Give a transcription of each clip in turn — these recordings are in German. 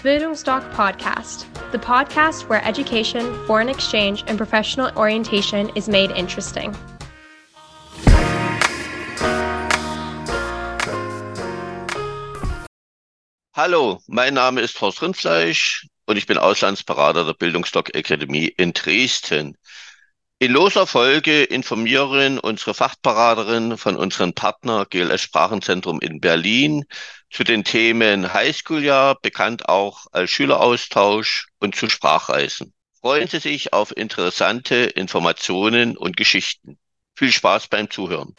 Bildungsdoc Podcast, the podcast where education, foreign exchange, and professional orientation is made interesting. Hallo, mein Name ist Horst Rindfleisch und ich bin Auslandsberater der Bildungsdoc Akademie in Dresden. In loser Folge informieren unsere Fachberaterin von unserem Partner GLS Sprachenzentrum in Berlin zu den Themen Highschool-Jahr, bekannt auch als Schüleraustausch, und zu Sprachreisen. Freuen Sie sich auf interessante Informationen und Geschichten. Viel Spaß beim Zuhören.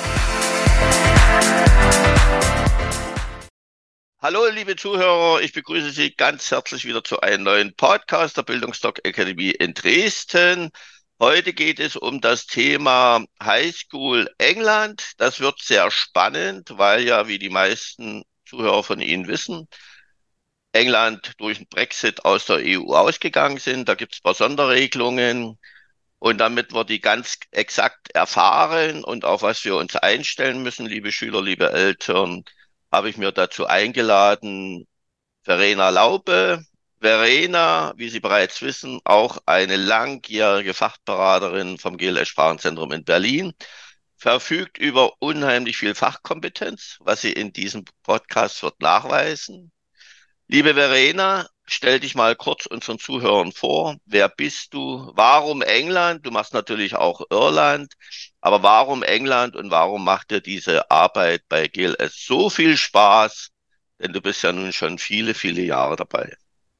Hallo, liebe Zuhörer, ich begrüße Sie ganz herzlich wieder zu einem neuen Podcast der Bildungsdoc Akademie in Dresden. Heute geht es um das Thema Highschool England. Das wird sehr spannend, weil ja, wie die meisten Zuhörer von Ihnen wissen, England durch den Brexit aus der EU ausgegangen sind. Da gibt es ein paar Sonderregelungen. Und damit wir die ganz exakt erfahren und auf was wir uns einstellen müssen, liebe Schüler, liebe Eltern, habe ich mir dazu eingeladen Verena Laube. Verena, wie Sie bereits wissen, auch eine langjährige Fachberaterin vom GLS Sprachenzentrum in Berlin, verfügt über unheimlich viel Fachkompetenz, was sie in diesem Podcast wird nachweisen. Liebe Verena, stell dich mal kurz unseren Zuhörern vor. Wer bist du? Warum England? Du machst natürlich auch Irland, aber warum England und warum macht dir diese Arbeit bei GLS so viel Spaß? Denn du bist ja nun schon viele, viele Jahre dabei.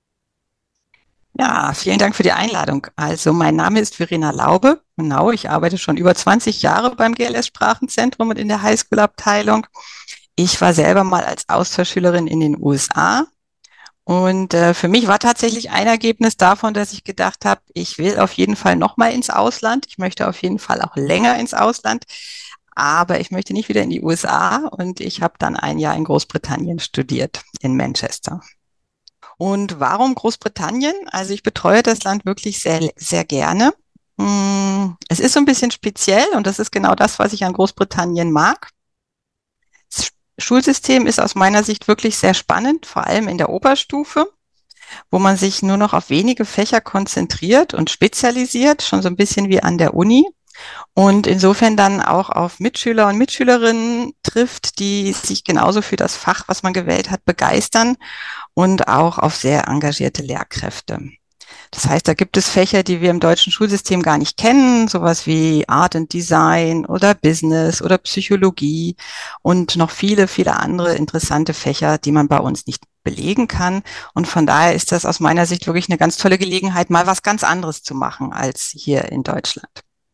Ja, vielen Dank für die Einladung. Also mein Name ist Verena Laube. Genau, ich arbeite schon über 20 Jahre beim GLS Sprachenzentrum und in der Highschool-Abteilung. Ich war selber mal als Austauschschülerin in den USA. Und für mich war tatsächlich ein Ergebnis davon, dass ich gedacht habe, ich will auf jeden Fall noch mal ins Ausland. Ich möchte auf jeden Fall auch länger ins Ausland. Aber ich möchte nicht wieder in die USA. Und ich habe dann ein Jahr in Großbritannien studiert, in Manchester. Und warum Großbritannien? Also ich betreue das Land wirklich sehr, sehr gerne. Es ist so ein bisschen speziell und das ist genau das, was ich an Großbritannien mag. Das Schulsystem ist aus meiner Sicht wirklich sehr spannend, vor allem in der Oberstufe, wo man sich nur noch auf wenige Fächer konzentriert und spezialisiert, schon so ein bisschen wie an der Uni. Und insofern dann auch auf Mitschüler und Mitschülerinnen trifft, die sich genauso für das Fach, was man gewählt hat, begeistern und auch auf sehr engagierte Lehrkräfte. Das heißt, da gibt es Fächer, die wir im deutschen Schulsystem gar nicht kennen, sowas wie Art and Design oder Business oder Psychologie und noch viele, viele andere interessante Fächer, die man bei uns nicht belegen kann. Und von daher ist das aus meiner Sicht wirklich eine ganz tolle Gelegenheit, mal was ganz anderes zu machen als hier in Deutschland.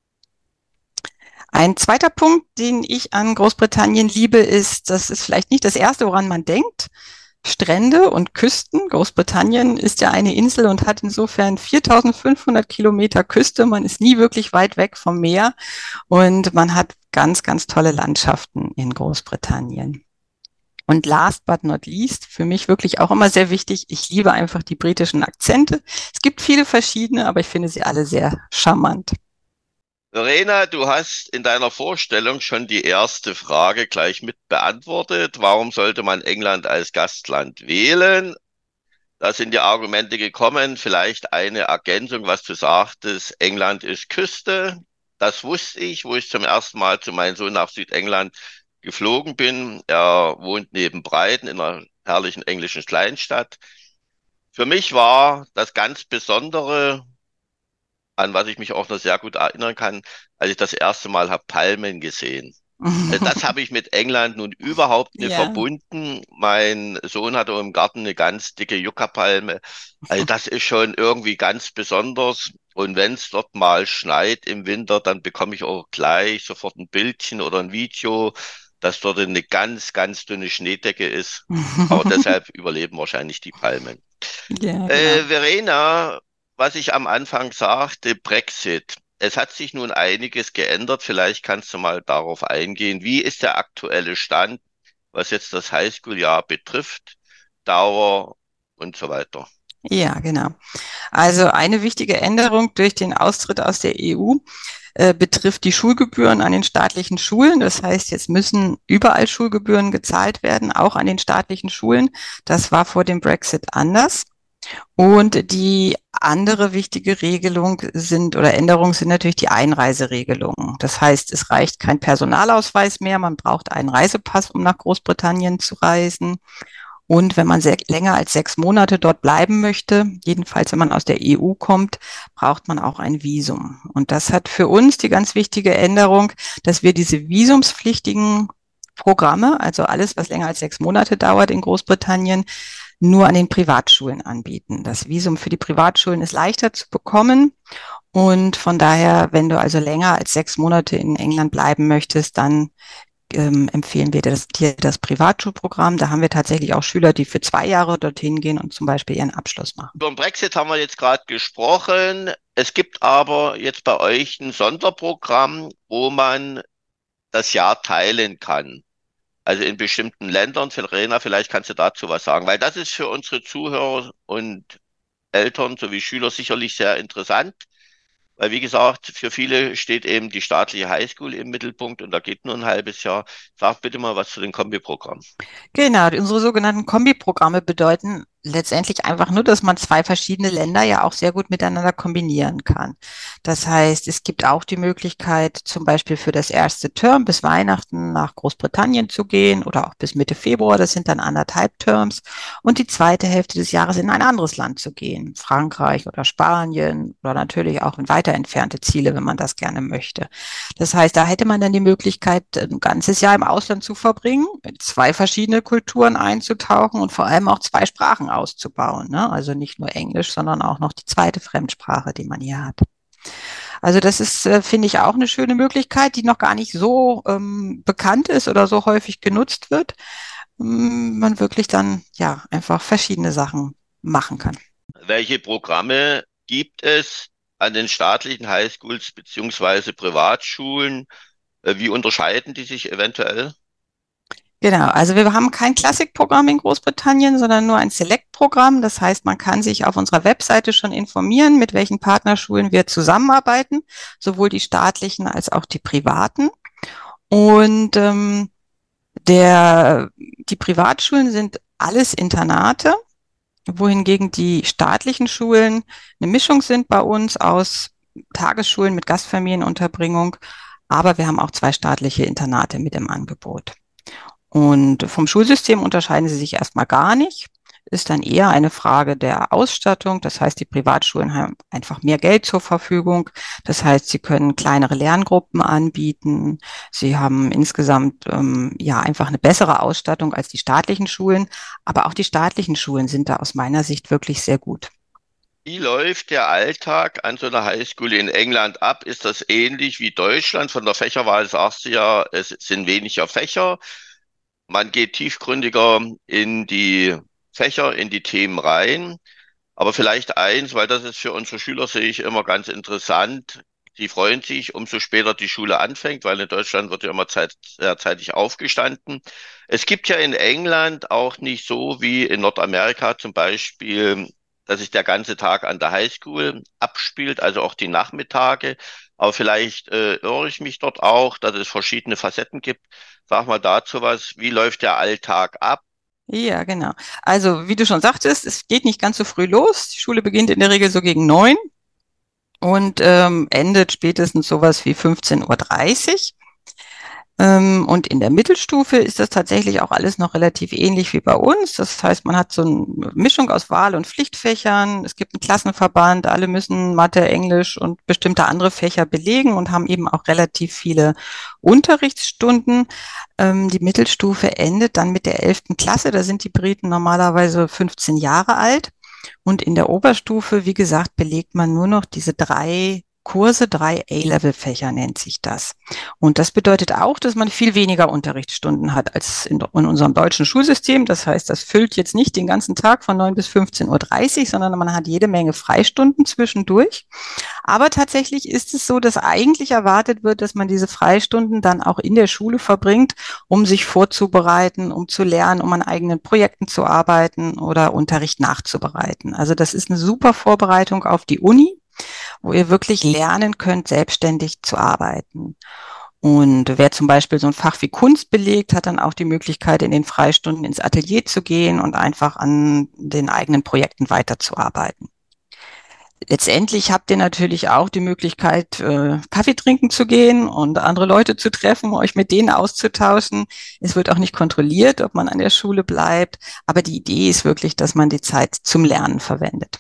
Ein zweiter Punkt, den ich an Großbritannien liebe, ist, das ist vielleicht nicht das Erste, woran man denkt, Strände und Küsten. Großbritannien ist ja eine Insel und hat insofern 4.500 Kilometer Küste. Man ist nie wirklich weit weg vom Meer und man hat ganz, ganz tolle Landschaften in Großbritannien. Und last but not least, für mich wirklich auch immer sehr wichtig, ich liebe einfach die britischen Akzente. Es gibt viele verschiedene, aber ich finde sie alle sehr charmant. Verena, du hast in deiner Vorstellung schon die erste Frage gleich mit beantwortet. Warum sollte man England als Gastland wählen? Da sind die Argumente gekommen. Vielleicht eine Ergänzung, was du sagtest. England ist Küste. Das wusste ich, wo ich zum ersten Mal zu meinem Sohn nach Südengland geflogen bin. Er wohnt neben Brighton in einer herrlichen englischen Kleinstadt. Für mich war das ganz Besondere, an was ich mich auch noch sehr gut erinnern kann, als ich das erste Mal habe Palmen gesehen. Also das habe ich mit England nun überhaupt nicht Ja. verbunden. Mein Sohn hatte im Garten eine ganz dicke Yucca-Palme. Also das ist schon irgendwie ganz besonders. Und wenn es dort mal schneit im Winter, dann bekomme ich auch gleich sofort ein Bildchen oder ein Video, dass dort eine ganz, ganz dünne Schneedecke ist. Aber deshalb überleben wahrscheinlich die Palmen. Ja, genau. Verena, was ich am Anfang sagte, Brexit. Es hat sich nun einiges geändert. Vielleicht kannst du mal darauf eingehen. Wie ist der aktuelle Stand, was jetzt das Highschool-Jahr betrifft, Dauer und so weiter? Ja, genau. Also eine wichtige Änderung durch den Austritt aus der EU betrifft die Schulgebühren an den staatlichen Schulen. Das heißt, jetzt müssen überall Schulgebühren gezahlt werden, auch an den staatlichen Schulen. Das war vor dem Brexit anders. Und die andere wichtige Regelung sind oder Änderungen sind natürlich die Einreiseregelungen. Das heißt, es reicht kein Personalausweis mehr, man braucht einen Reisepass, um nach Großbritannien zu reisen. Und wenn man länger als 6 Monate dort bleiben möchte, jedenfalls wenn man aus der EU kommt, braucht man auch ein Visum. Und das hat für uns die ganz wichtige Änderung, dass wir diese visumspflichtigen Programme, also alles, was länger als 6 Monate dauert in Großbritannien, nur an den Privatschulen anbieten. Das Visum für die Privatschulen ist leichter zu bekommen. Und von daher, wenn du also länger als 6 Monate in England bleiben möchtest, dann empfehlen wir dir das Privatschulprogramm. Da haben wir tatsächlich auch Schüler, die für 2 Jahre dorthin gehen und zum Beispiel ihren Abschluss machen. Über den Brexit haben wir jetzt gerade gesprochen. Es gibt aber jetzt bei euch ein Sonderprogramm, wo man das Jahr teilen kann. Also in bestimmten Ländern. Verena, vielleicht kannst du dazu was sagen, weil das ist für unsere Zuhörer und Eltern sowie Schüler sicherlich sehr interessant. Weil, wie gesagt, für viele steht eben die staatliche Highschool im Mittelpunkt und da geht nur ein halbes Jahr. Sag bitte mal was zu den Kombiprogrammen. Genau, unsere sogenannten Kombiprogramme bedeuten letztendlich einfach nur, dass man zwei verschiedene Länder ja auch sehr gut miteinander kombinieren kann. Das heißt, es gibt auch die Möglichkeit, zum Beispiel für das erste Term bis Weihnachten nach Großbritannien zu gehen oder auch bis Mitte Februar, das sind dann 1,5 Terms, und die zweite Hälfte des Jahres in ein anderes Land zu gehen, Frankreich oder Spanien oder natürlich auch in weiter entfernte Ziele, wenn man das gerne möchte. Das heißt, da hätte man dann die Möglichkeit, ein ganzes Jahr im Ausland zu verbringen, in zwei verschiedene Kulturen einzutauchen und vor allem auch zwei Sprachen auszubauen. Ne? Also nicht nur Englisch, sondern auch noch die zweite Fremdsprache, die man hier hat. Also das ist, finde ich, auch eine schöne Möglichkeit, die noch gar nicht so bekannt ist oder so häufig genutzt wird. Man wirklich dann ja einfach verschiedene Sachen machen kann. Welche Programme gibt es an den staatlichen Highschools beziehungsweise Privatschulen? Wie unterscheiden die sich eventuell? Genau, also wir haben kein Klassikprogramm in Großbritannien, sondern nur ein Select-Programm. Das heißt, man kann sich auf unserer Webseite schon informieren, mit welchen Partnerschulen wir zusammenarbeiten, sowohl die staatlichen als auch die privaten. Und die Privatschulen sind alles Internate, wohingegen die staatlichen Schulen eine Mischung sind bei uns aus Tagesschulen mit Gastfamilienunterbringung, aber wir haben auch zwei staatliche Internate mit im Angebot. Und vom Schulsystem unterscheiden sie sich erstmal gar nicht. Ist dann eher eine Frage der Ausstattung. Das heißt, die Privatschulen haben einfach mehr Geld zur Verfügung. Das heißt, sie können kleinere Lerngruppen anbieten. Sie haben insgesamt ja einfach eine bessere Ausstattung als die staatlichen Schulen. Aber auch die staatlichen Schulen sind da aus meiner Sicht wirklich sehr gut. Wie läuft der Alltag an so einer Highschool in England ab? Ist das ähnlich wie Deutschland? Von der Fächerwahl sagst du ja, es sind weniger Fächer. Man geht tiefgründiger in die Fächer, in die Themen rein. Aber vielleicht eins, weil das ist für unsere Schüler, sehe ich immer ganz interessant. Die freuen sich, umso später die Schule anfängt, weil in Deutschland wird ja immer sehr zeitig aufgestanden. Es gibt ja in England auch nicht so wie in Nordamerika zum Beispiel, dass sich der ganze Tag an der Highschool abspielt, also auch die Nachmittage. Aber vielleicht irre ich mich dort auch, dass es verschiedene Facetten gibt. Sag mal dazu was, wie läuft der Alltag ab? Ja, genau. Also, wie du schon sagtest, es geht nicht ganz so früh los. Die Schule beginnt in der Regel so gegen 9 und endet spätestens sowas wie 15:30 Uhr. Und in der Mittelstufe ist das tatsächlich auch alles noch relativ ähnlich wie bei uns. Das heißt, man hat so eine Mischung aus Wahl- und Pflichtfächern. Es gibt einen Klassenverband, alle müssen Mathe, Englisch und bestimmte andere Fächer belegen und haben eben auch relativ viele Unterrichtsstunden. Die Mittelstufe endet dann mit der 11. Klasse. Da sind die Briten normalerweise 15 Jahre alt. Und in der Oberstufe, wie gesagt, belegt man nur noch diese 3 Kurse, 3 A-Level-Fächer nennt sich das. Und das bedeutet auch, dass man viel weniger Unterrichtsstunden hat als in unserem deutschen Schulsystem. Das heißt, das füllt jetzt nicht den ganzen Tag von 9 bis 15:30 Uhr, sondern man hat jede Menge Freistunden zwischendurch. Aber tatsächlich ist es so, dass eigentlich erwartet wird, dass man diese Freistunden dann auch in der Schule verbringt, um sich vorzubereiten, um zu lernen, um an eigenen Projekten zu arbeiten oder Unterricht nachzubereiten. Also das ist eine super Vorbereitung auf die Uni, wo ihr wirklich lernen könnt, selbstständig zu arbeiten. Und wer zum Beispiel so ein Fach wie Kunst belegt, hat dann auch die Möglichkeit, in den Freistunden ins Atelier zu gehen und einfach an den eigenen Projekten weiterzuarbeiten. Letztendlich habt ihr natürlich auch die Möglichkeit, Kaffee trinken zu gehen und andere Leute zu treffen, euch mit denen auszutauschen. Es wird auch nicht kontrolliert, ob man an der Schule bleibt, aber die Idee ist wirklich, dass man die Zeit zum Lernen verwendet.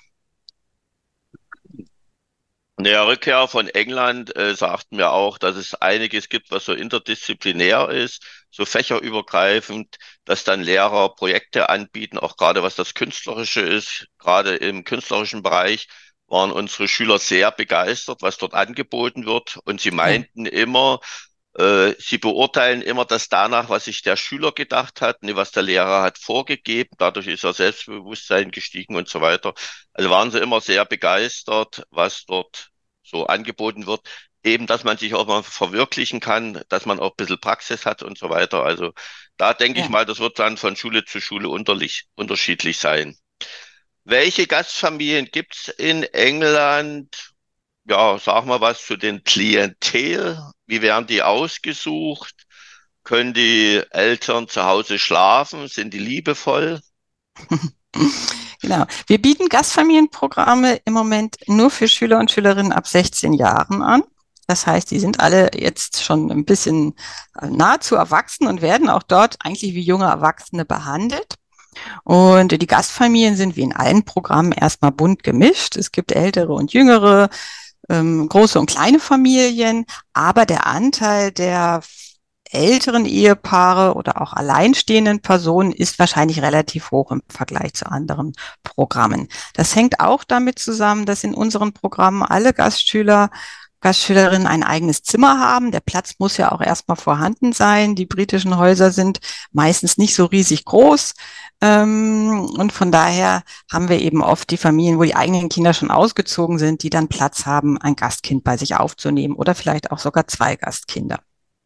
In der Rückkehr von England sagten wir auch, dass es einiges gibt, was so interdisziplinär ist, so fächerübergreifend, dass dann Lehrer Projekte anbieten, auch gerade was das Künstlerische ist. Gerade im künstlerischen Bereich waren unsere Schüler sehr begeistert, was dort angeboten wird. Und sie Ja. meinten immer, sie beurteilen immer das danach, was sich der Schüler gedacht hat, nicht was der Lehrer hat vorgegeben. Dadurch ist er Selbstbewusstsein gestiegen und so weiter. Also waren sie immer sehr begeistert, was dort so angeboten wird. Eben, dass man sich auch mal verwirklichen kann, dass man auch ein bisschen Praxis hat und so weiter. Also da denke ich Ja. mal, das wird dann von Schule zu Schule unterschiedlich sein. Welche Gastfamilien gibt's in England? Ja, sag mal was zu den Klientel. Wie werden die ausgesucht? Können die Eltern zu Hause schlafen? Sind die liebevoll? Genau. Wir bieten Gastfamilienprogramme im Moment nur für Schüler und Schülerinnen ab 16 Jahren an. Das heißt, die sind alle jetzt schon ein bisschen nahezu erwachsen und werden auch dort eigentlich wie junge Erwachsene behandelt. Und die Gastfamilien sind wie in allen Programmen erstmal bunt gemischt. Es gibt ältere und jüngere, große und kleine Familien, aber der Anteil der älteren Ehepaare oder auch alleinstehenden Personen ist wahrscheinlich relativ hoch im Vergleich zu anderen Programmen. Das hängt auch damit zusammen, dass in unseren Programmen alle Gastschülerinnen ein eigenes Zimmer haben. Der Platz muss ja auch erstmal vorhanden sein. Die britischen Häuser sind meistens nicht so riesig groß. Und von daher haben wir eben oft die Familien, wo die eigenen Kinder schon ausgezogen sind, die dann Platz haben, ein Gastkind bei sich aufzunehmen oder vielleicht auch sogar 2 Gastkinder.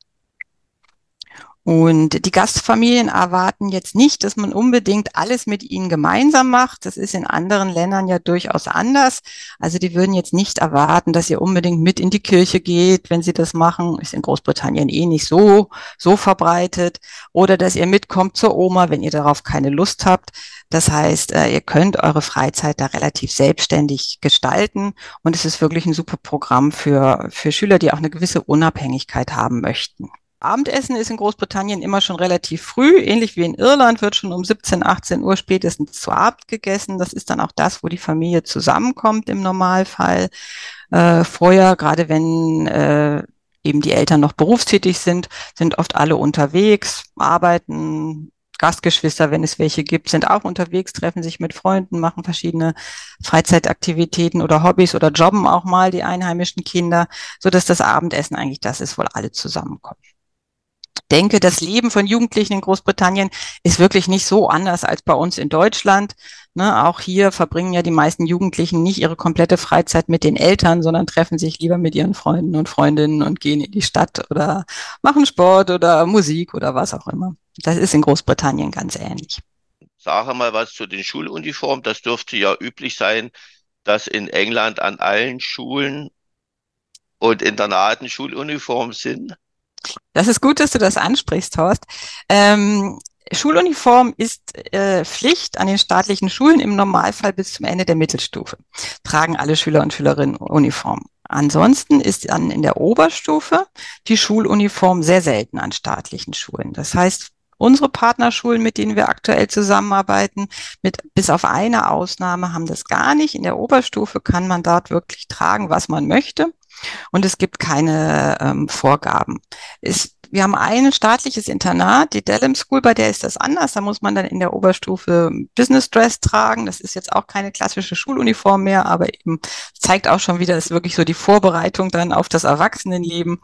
Und die Gastfamilien erwarten jetzt nicht, dass man unbedingt alles mit ihnen gemeinsam macht. Das ist in anderen Ländern ja durchaus anders. Also die würden jetzt nicht erwarten, dass ihr unbedingt mit in die Kirche geht, wenn sie das machen. Ist in Großbritannien eh nicht so verbreitet. Oder dass ihr mitkommt zur Oma, wenn ihr darauf keine Lust habt. Das heißt, ihr könnt eure Freizeit da relativ selbstständig gestalten. Und es ist wirklich ein super Programm für Schüler, die auch eine gewisse Unabhängigkeit haben möchten. Abendessen ist in Großbritannien immer schon relativ früh. Ähnlich wie in Irland wird schon um 17, 18 Uhr spätestens zu Abend gegessen. Das ist dann auch das, wo die Familie zusammenkommt im Normalfall. Vorher, gerade wenn eben die Eltern noch berufstätig sind oft alle unterwegs, arbeiten. Gastgeschwister, wenn es welche gibt, sind auch unterwegs, treffen sich mit Freunden, machen verschiedene Freizeitaktivitäten oder Hobbys oder jobben auch mal die einheimischen Kinder, sodass das Abendessen eigentlich das ist, wo alle zusammenkommen. Denke, das Leben von Jugendlichen in Großbritannien ist wirklich nicht so anders als bei uns in Deutschland. Ne, auch hier verbringen ja die meisten Jugendlichen nicht ihre komplette Freizeit mit den Eltern, sondern treffen sich lieber mit ihren Freunden und Freundinnen und gehen in die Stadt oder machen Sport oder Musik oder was auch immer. Das ist in Großbritannien ganz ähnlich. Sage mal was zu den Schuluniformen. Das dürfte ja üblich sein, dass in England an allen Schulen und Internaten Schuluniformen sind. Das ist gut, dass du das ansprichst, Horst. Schuluniform ist Pflicht an den staatlichen Schulen im Normalfall bis zum Ende der Mittelstufe. Tragen alle Schüler und Schülerinnen Uniform. Ansonsten ist dann in der Oberstufe die Schuluniform sehr selten an staatlichen Schulen. Das heißt, unsere Partnerschulen, mit denen wir aktuell zusammenarbeiten, bis auf eine Ausnahme, haben das gar nicht. In der Oberstufe kann man dort wirklich tragen, was man möchte. Und es gibt keine Vorgaben. wir haben ein staatliches Internat, die Dallam School, bei der ist das anders. Da muss man dann in der Oberstufe Business Dress tragen. Das ist jetzt auch keine klassische Schuluniform mehr, aber eben zeigt auch schon wieder, ist wirklich so die Vorbereitung dann auf das Erwachsenenleben,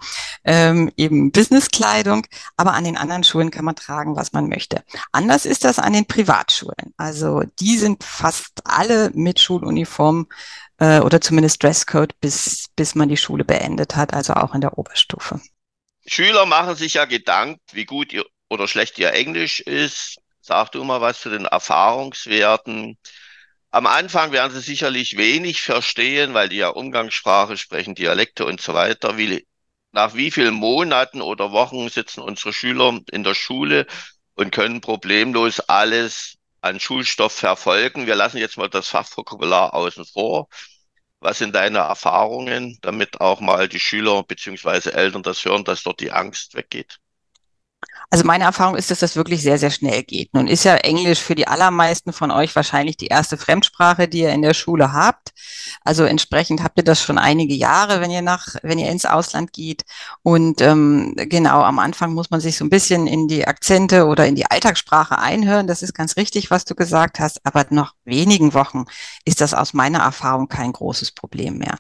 eben Businesskleidung. Aber an den anderen Schulen kann man tragen, was man möchte. Anders ist das an den Privatschulen. Also die sind fast alle mit Schuluniform oder zumindest Dresscode, bis man die Schule beendet hat, also auch in der Oberstufe. Schüler machen sich ja Gedanken, wie gut ihr oder schlecht ihr Englisch ist. Sag du mal was zu den Erfahrungswerten. Am Anfang werden sie sicherlich wenig verstehen, weil die ja Umgangssprache sprechen, Dialekte und so weiter. Nach wie vielen Monaten oder Wochen sitzen unsere Schüler in der Schule und können problemlos alles an Schulstoff verfolgen? Wir lassen jetzt mal das Fachvokabular außen vor. Was sind deine Erfahrungen, damit auch mal die Schüler beziehungsweise Eltern das hören, dass dort die Angst weggeht? Also meine Erfahrung ist, dass das wirklich sehr, sehr schnell geht. Nun ist ja Englisch für die allermeisten von euch wahrscheinlich die erste Fremdsprache, die ihr in der Schule habt. Also entsprechend habt ihr das schon einige Jahre, wenn ihr ins Ausland geht. Und genau, am Anfang muss man sich so ein bisschen in die Akzente oder in die Alltagssprache einhören. Das ist ganz richtig, was du gesagt hast. Aber nach wenigen Wochen ist das aus meiner Erfahrung kein großes Problem mehr.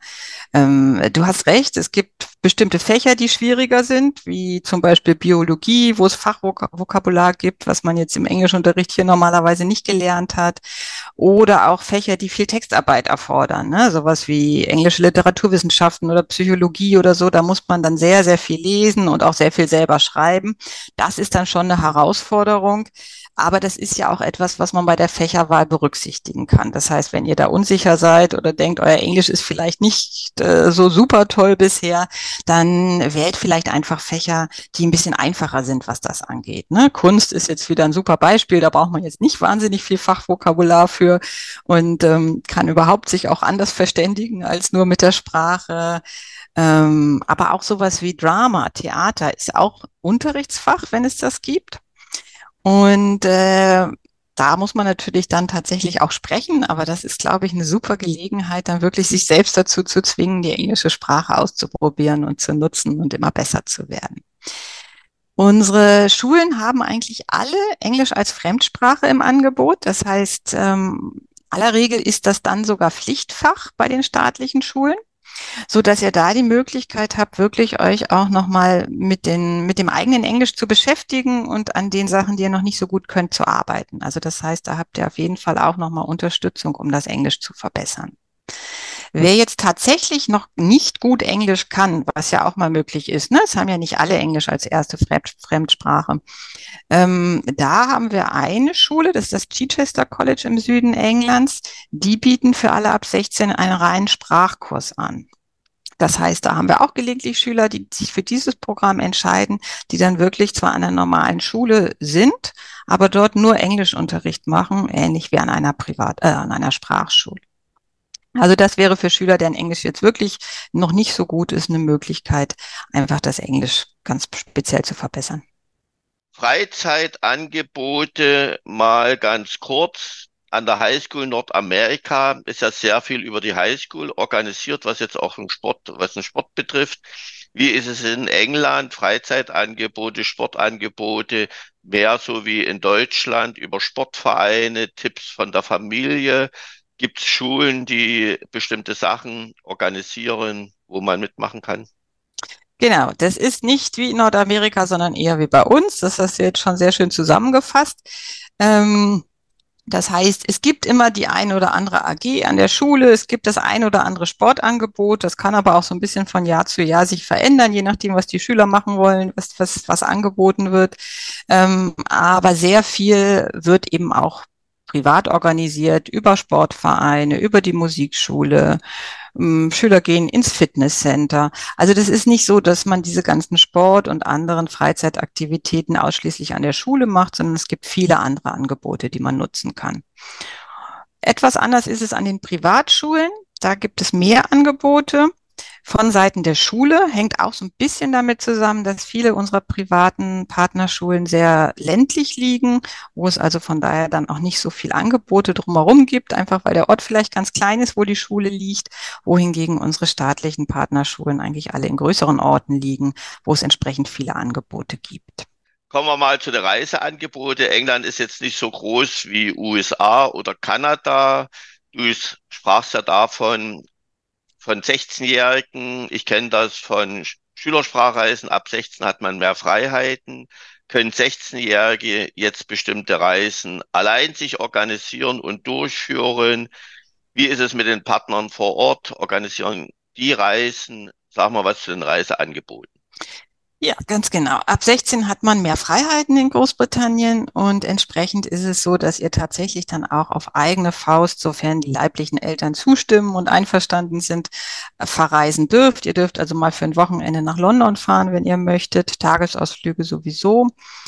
Du hast recht, es gibt bestimmte Fächer, die schwieriger sind, wie zum Beispiel Biologie, wo es Fachvokabular gibt, was man jetzt im Englischunterricht hier normalerweise nicht gelernt hat. Oder auch Fächer, die viel Textarbeit erfordern, ne? Sowas wie englische Literaturwissenschaften oder Psychologie oder so. Da muss man dann sehr, sehr viel lesen und auch sehr viel selber schreiben. Das ist dann schon eine Herausforderung. Aber das ist ja auch etwas, was man bei der Fächerwahl berücksichtigen kann. Das heißt, wenn ihr da unsicher seid oder denkt, euer Englisch ist vielleicht nicht so super toll bisher, dann wählt vielleicht einfach Fächer, die ein bisschen einfacher sind, was das angeht. Ne? Kunst ist jetzt wieder ein super Beispiel. Da braucht man jetzt nicht wahnsinnig viel Fachvokabular für und kann überhaupt sich auch anders verständigen als nur mit der Sprache. Aber auch sowas wie Drama, Theater ist auch Unterrichtsfach, wenn es das gibt. Und da muss man natürlich dann tatsächlich auch sprechen, aber das ist, glaube ich, eine super Gelegenheit, dann wirklich sich selbst dazu zu zwingen, die englische Sprache auszuprobieren und zu nutzen und immer besser zu werden. Unsere Schulen haben eigentlich alle Englisch als Fremdsprache im Angebot. Das heißt, aller Regel ist das dann sogar Pflichtfach bei den staatlichen Schulen, so dass ihr da die Möglichkeit habt, wirklich euch auch nochmal mit dem eigenen Englisch zu beschäftigen und an den Sachen, die ihr noch nicht so gut könnt, zu arbeiten. Also das heißt, da habt ihr auf jeden Fall auch nochmal Unterstützung, um das Englisch zu verbessern. Wer jetzt tatsächlich noch nicht gut Englisch kann, was ja auch mal möglich ist, ne? Es haben ja nicht alle Englisch als erste Fremdsprache. Da haben wir eine Schule, das ist das Chichester College im Süden Englands. Die bieten für alle ab 16 einen reinen Sprachkurs an. Das heißt, da haben wir auch gelegentlich Schüler, die sich für dieses Programm entscheiden, die dann wirklich zwar an einer normalen Schule sind, aber dort nur Englischunterricht machen, ähnlich wie an einer an einer Sprachschule. Also das wäre für Schüler, deren Englisch jetzt wirklich noch nicht so gut ist, eine Möglichkeit, einfach das Englisch ganz speziell zu verbessern. Freizeitangebote mal ganz kurz. An der Highschool Nordamerika ist ja sehr viel über die Highschool organisiert, was jetzt auch was den Sport betrifft. Wie ist es in England? Freizeitangebote, Sportangebote, mehr so wie in Deutschland über Sportvereine, Tipps von der Familie? Gibt es Schulen, die bestimmte Sachen organisieren, wo man mitmachen kann? Genau, das ist nicht wie in Nordamerika, sondern eher wie bei uns. Das hast du jetzt schon sehr schön zusammengefasst. Das heißt, es gibt immer die eine oder andere AG an der Schule, es gibt das ein oder andere Sportangebot, das kann aber auch so ein bisschen von Jahr zu Jahr sich verändern, je nachdem, was die Schüler machen wollen, was angeboten wird. Aber sehr viel wird eben auch privat organisiert, über Sportvereine, über die Musikschule. Schüler gehen ins Fitnesscenter. Also das ist nicht so, dass man diese ganzen Sport- und anderen Freizeitaktivitäten ausschließlich an der Schule macht, sondern es gibt viele andere Angebote, die man nutzen kann. Etwas anders ist es an den Privatschulen. Da gibt es mehr Angebote. Von Seiten der Schule hängt auch so ein bisschen damit zusammen, dass viele unserer privaten Partnerschulen sehr ländlich liegen, wo es also von daher dann auch nicht so viel Angebote drumherum gibt, einfach weil der Ort vielleicht ganz klein ist, wo die Schule liegt, wohingegen unsere staatlichen Partnerschulen eigentlich alle in größeren Orten liegen, wo es entsprechend viele Angebote gibt. Kommen wir mal zu den Reiseangeboten. England ist jetzt nicht so groß wie USA oder Kanada. Du sprachst ja davon, von 16-Jährigen. Ich kenne das von Schülersprachreisen. Ab 16 hat man mehr Freiheiten. Können 16-Jährige jetzt bestimmte Reisen allein sich organisieren und durchführen? Wie ist es mit den Partnern vor Ort? Organisieren die Reisen? Sag mal was zu den Reiseangeboten. Ja, ganz genau. Ab 16 hat man mehr Freiheiten in Großbritannien und entsprechend ist es so, dass ihr tatsächlich dann auch auf eigene Faust, sofern die leiblichen Eltern zustimmen und einverstanden sind, verreisen dürft. Ihr dürft also mal für ein Wochenende nach London fahren, wenn ihr möchtet. Tagesausflüge sowieso.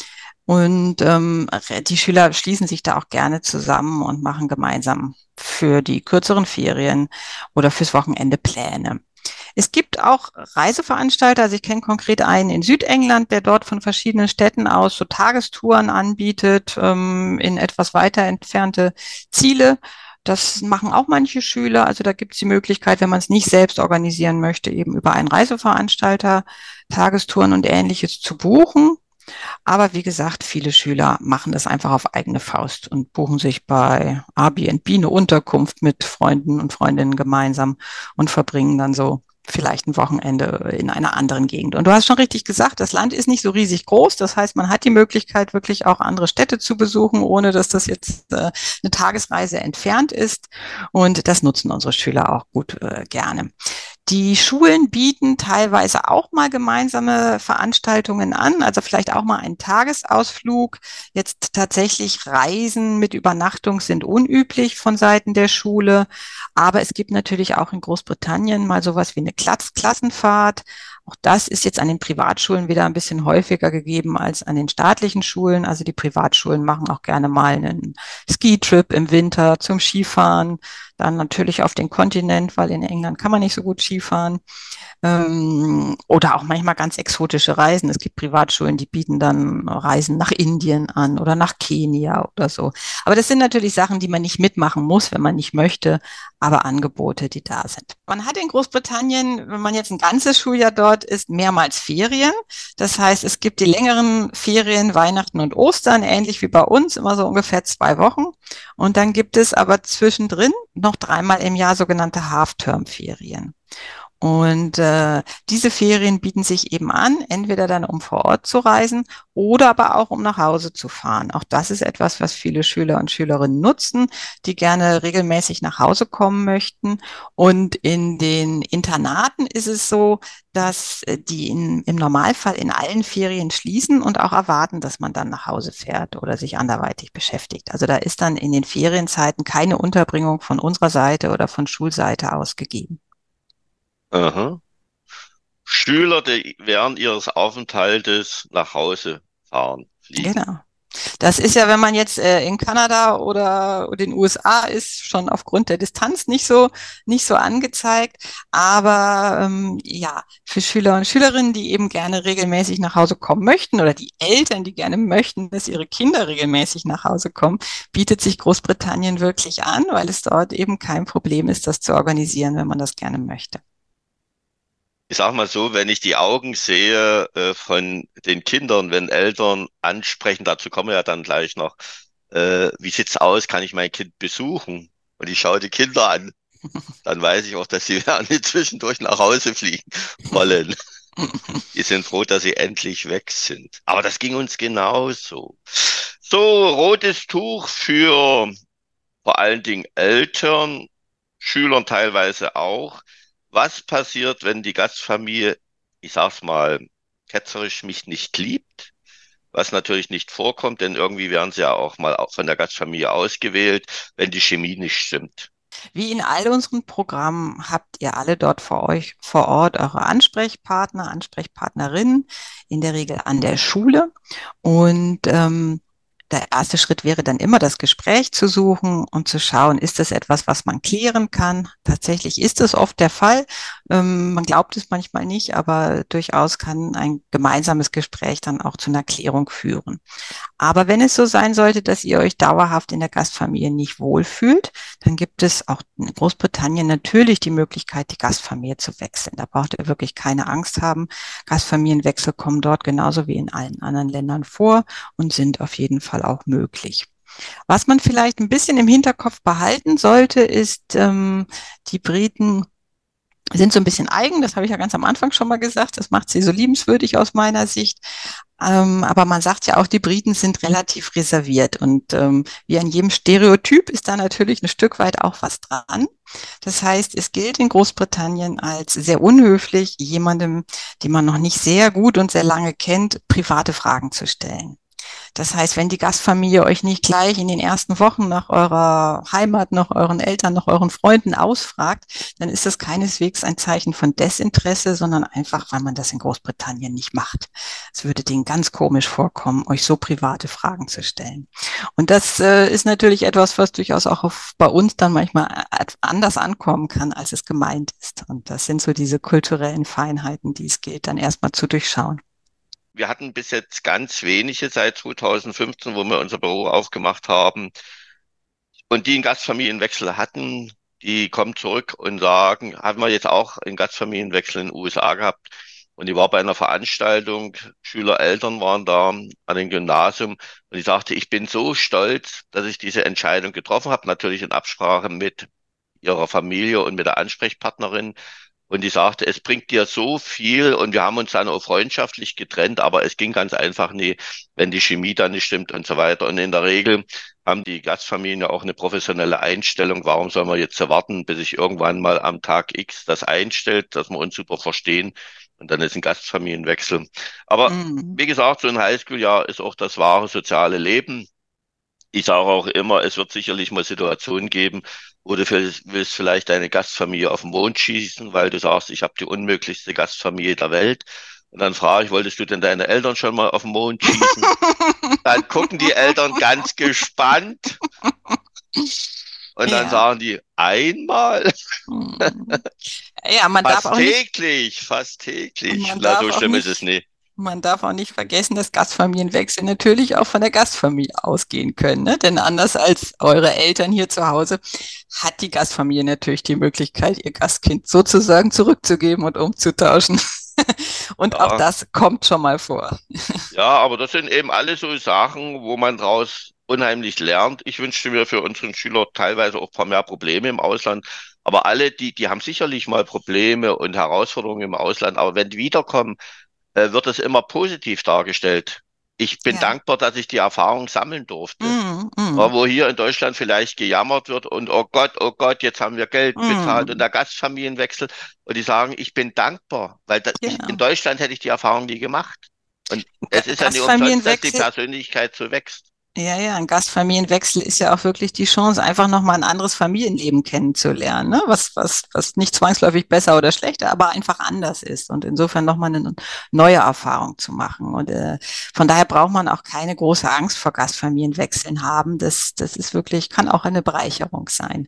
Und die Schüler schließen sich da auch gerne zusammen und machen gemeinsam für die kürzeren Ferien oder fürs Wochenende Pläne. Es gibt auch Reiseveranstalter, also ich kenne konkret einen in Südengland, der dort von verschiedenen Städten aus so Tagestouren anbietet, in etwas weiter entfernte Ziele. Das machen auch manche Schüler. Also da gibt es die Möglichkeit, wenn man es nicht selbst organisieren möchte, eben über einen Reiseveranstalter Tagestouren und Ähnliches zu buchen. Aber wie gesagt, viele Schüler machen das einfach auf eigene Faust und buchen sich bei Airbnb eine Unterkunft mit Freunden und Freundinnen gemeinsam und verbringen dann so vielleicht ein Wochenende in einer anderen Gegend. Und du hast schon richtig gesagt, das Land ist nicht so riesig groß. Das heißt, man hat die Möglichkeit, wirklich auch andere Städte zu besuchen, ohne dass das jetzt eine Tagesreise entfernt ist. Und das nutzen unsere Schüler auch gut gerne. Die Schulen bieten teilweise auch mal gemeinsame Veranstaltungen an, also vielleicht auch mal einen Tagesausflug. Jetzt tatsächlich Reisen mit Übernachtung sind unüblich von Seiten der Schule, aber es gibt natürlich auch in Großbritannien mal sowas wie eine Klassenfahrt. Auch das ist jetzt an den Privatschulen wieder ein bisschen häufiger gegeben als an den staatlichen Schulen. Also die Privatschulen machen auch gerne mal einen Skitrip im Winter zum Skifahren, dann natürlich auf den Kontinent, weil in England kann man nicht so gut Skifahren. Oder auch manchmal ganz exotische Reisen. Es gibt Privatschulen, die bieten dann Reisen nach Indien an oder nach Kenia oder so. Aber das sind natürlich Sachen, die man nicht mitmachen muss, wenn man nicht möchte, aber Angebote, die da sind. Man hat in Großbritannien, wenn man jetzt ein ganzes Schuljahr dort ist, mehrmals Ferien. Das heißt, es gibt die längeren Ferien, Weihnachten und Ostern, ähnlich wie bei uns, immer so ungefähr 2 Wochen. Und dann gibt es aber zwischendrin noch 3-mal im Jahr sogenannte Half-Term-Ferien. Und diese Ferien bieten sich eben an, entweder dann um vor Ort zu reisen oder aber auch um nach Hause zu fahren. Auch das ist etwas, was viele Schüler und Schülerinnen nutzen, die gerne regelmäßig nach Hause kommen möchten. Und in den Internaten ist es so, dass die im Normalfall in allen Ferien schließen und auch erwarten, dass man dann nach Hause fährt oder sich anderweitig beschäftigt. Also da ist dann in den Ferienzeiten keine Unterbringung von unserer Seite oder von Schulseite aus gegeben. Aha. Schüler, die während ihres Aufenthaltes nach Hause fahren, fliegen. Genau. Das ist ja, wenn man jetzt in Kanada oder den USA ist, schon aufgrund der Distanz nicht so angezeigt. Aber ja, für Schüler und Schülerinnen, die eben gerne regelmäßig nach Hause kommen möchten oder die Eltern, die gerne möchten, dass ihre Kinder regelmäßig nach Hause kommen, bietet sich Großbritannien wirklich an, weil es dort eben kein Problem ist, das zu organisieren, wenn man das gerne möchte. Ich sag mal so, wenn ich die Augen sehe von den Kindern, wenn Eltern ansprechen, dazu kommen wir ja dann gleich noch, wie sieht's aus, kann ich mein Kind besuchen? Und ich schaue die Kinder an, dann weiß ich auch, dass sie gerne zwischendurch nach Hause fliegen wollen. Die sind froh, dass sie endlich weg sind. Aber das ging uns genauso. So, rotes Tuch für vor allen Dingen Eltern, Schülern teilweise auch. Was passiert, wenn die Gastfamilie, ich sag's mal, ketzerisch mich nicht liebt? Was natürlich nicht vorkommt, denn irgendwie werden sie ja auch mal von der Gastfamilie ausgewählt, wenn die Chemie nicht stimmt. Wie in all unseren Programmen habt ihr alle dort vor euch vor Ort eure Ansprechpartner, Ansprechpartnerinnen, in der Regel an der Schule. Und Der erste Schritt wäre dann immer, das Gespräch zu suchen und zu schauen, ist das etwas, was man klären kann? Tatsächlich ist es oft der Fall. Man glaubt es manchmal nicht, aber durchaus kann ein gemeinsames Gespräch dann auch zu einer Klärung führen. Aber wenn es so sein sollte, dass ihr euch dauerhaft in der Gastfamilie nicht wohlfühlt, dann gibt es auch in Großbritannien natürlich die Möglichkeit, die Gastfamilie zu wechseln. Da braucht ihr wirklich keine Angst haben. Gastfamilienwechsel kommen dort genauso wie in allen anderen Ländern vor und sind auf jeden Fall auch möglich. Was man vielleicht ein bisschen im Hinterkopf behalten sollte, ist, die Briten sind so ein bisschen eigen, das habe ich ja ganz am Anfang schon mal gesagt, das macht sie so liebenswürdig aus meiner Sicht. Aber man sagt ja auch, die Briten sind relativ reserviert und wie an jedem Stereotyp ist da natürlich ein Stück weit auch was dran. Das heißt, es gilt in Großbritannien als sehr unhöflich, jemandem, den man noch nicht sehr gut und sehr lange kennt, private Fragen zu stellen. Das heißt, wenn die Gastfamilie euch nicht gleich in den ersten Wochen nach eurer Heimat, nach euren Eltern, nach euren Freunden ausfragt, dann ist das keineswegs ein Zeichen von Desinteresse, sondern einfach, weil man das in Großbritannien nicht macht. Es würde denen ganz komisch vorkommen, euch so private Fragen zu stellen. Und das ist natürlich etwas, was durchaus auch bei uns dann manchmal anders ankommen kann, als es gemeint ist. Und das sind so diese kulturellen Feinheiten, die es gilt, dann erstmal zu durchschauen. Wir hatten bis jetzt ganz wenige seit 2015, wo wir unser Büro aufgemacht haben. Und die einen Gastfamilienwechsel hatten, die kommen zurück und sagen, haben wir jetzt auch einen Gastfamilienwechsel in den USA gehabt. Und ich war bei einer Veranstaltung, Schüler, Eltern waren da an dem Gymnasium. Und ich sagte, ich bin so stolz, dass ich diese Entscheidung getroffen habe, natürlich in Absprache mit ihrer Familie und mit der Ansprechpartnerin. Und die sagte, es bringt dir so viel und wir haben uns dann auch freundschaftlich getrennt, aber es ging ganz einfach nie, wenn die Chemie dann nicht stimmt und so weiter. Und in der Regel haben die Gastfamilien ja auch eine professionelle Einstellung. Warum soll man jetzt warten, bis sich irgendwann mal am Tag X das einstellt, dass wir uns super verstehen und dann ist ein Gastfamilienwechsel. Aber Mhm. wie gesagt, so ein Highschool-Jahr ist auch das wahre soziale Leben. Ich sage auch immer, es wird sicherlich mal Situationen geben, wo du willst vielleicht deine Gastfamilie auf den Mond schießen, weil du sagst, ich habe die unmöglichste Gastfamilie der Welt. Und dann frage ich, wolltest du denn deine Eltern schon mal auf den Mond schießen? Dann gucken die Eltern ganz gespannt und dann Ja. sagen die, einmal? Hm. Ja, man darf auch nicht, Fast täglich. man Na, darf so auch schlimm ist es nicht, nicht. man darf auch nicht vergessen, dass Gastfamilienwechsel natürlich auch von der Gastfamilie ausgehen können, ne? Denn anders als eure Eltern hier zu Hause hat die Gastfamilie natürlich die Möglichkeit, ihr Gastkind sozusagen zurückzugeben und umzutauschen. Und auch Ja. das kommt schon mal vor. Ja, aber das sind eben alle so Sachen, wo man draus unheimlich lernt. Ich wünschte mir für unseren Schüler teilweise auch ein paar mehr Probleme im Ausland. Aber alle, die haben sicherlich mal Probleme und Herausforderungen im Ausland. Aber wenn die wiederkommen, wird es immer positiv dargestellt. Ich bin Ja. dankbar, dass ich die Erfahrung sammeln durfte. Mm, mm, Ja, wo hier in Deutschland vielleicht gejammert wird und oh Gott, jetzt haben wir Geld bezahlt und mm. der Gastfamilienwechsel. Und die sagen, ich bin dankbar, weil in Genau. Deutschland hätte ich die Erfahrung nie gemacht. Und es ist ja nicht umsonst, dass die Gastfamilienwechsel. Persönlichkeit so wächst. Ja, ja, ein Gastfamilienwechsel ist ja auch wirklich die Chance, einfach nochmal ein anderes Familienleben kennenzulernen, ne? Was nicht zwangsläufig besser oder schlechter, aber einfach anders ist und insofern nochmal eine neue Erfahrung zu machen. Und von daher braucht man auch keine große Angst vor Gastfamilienwechseln haben. Das ist wirklich, kann auch eine Bereicherung sein.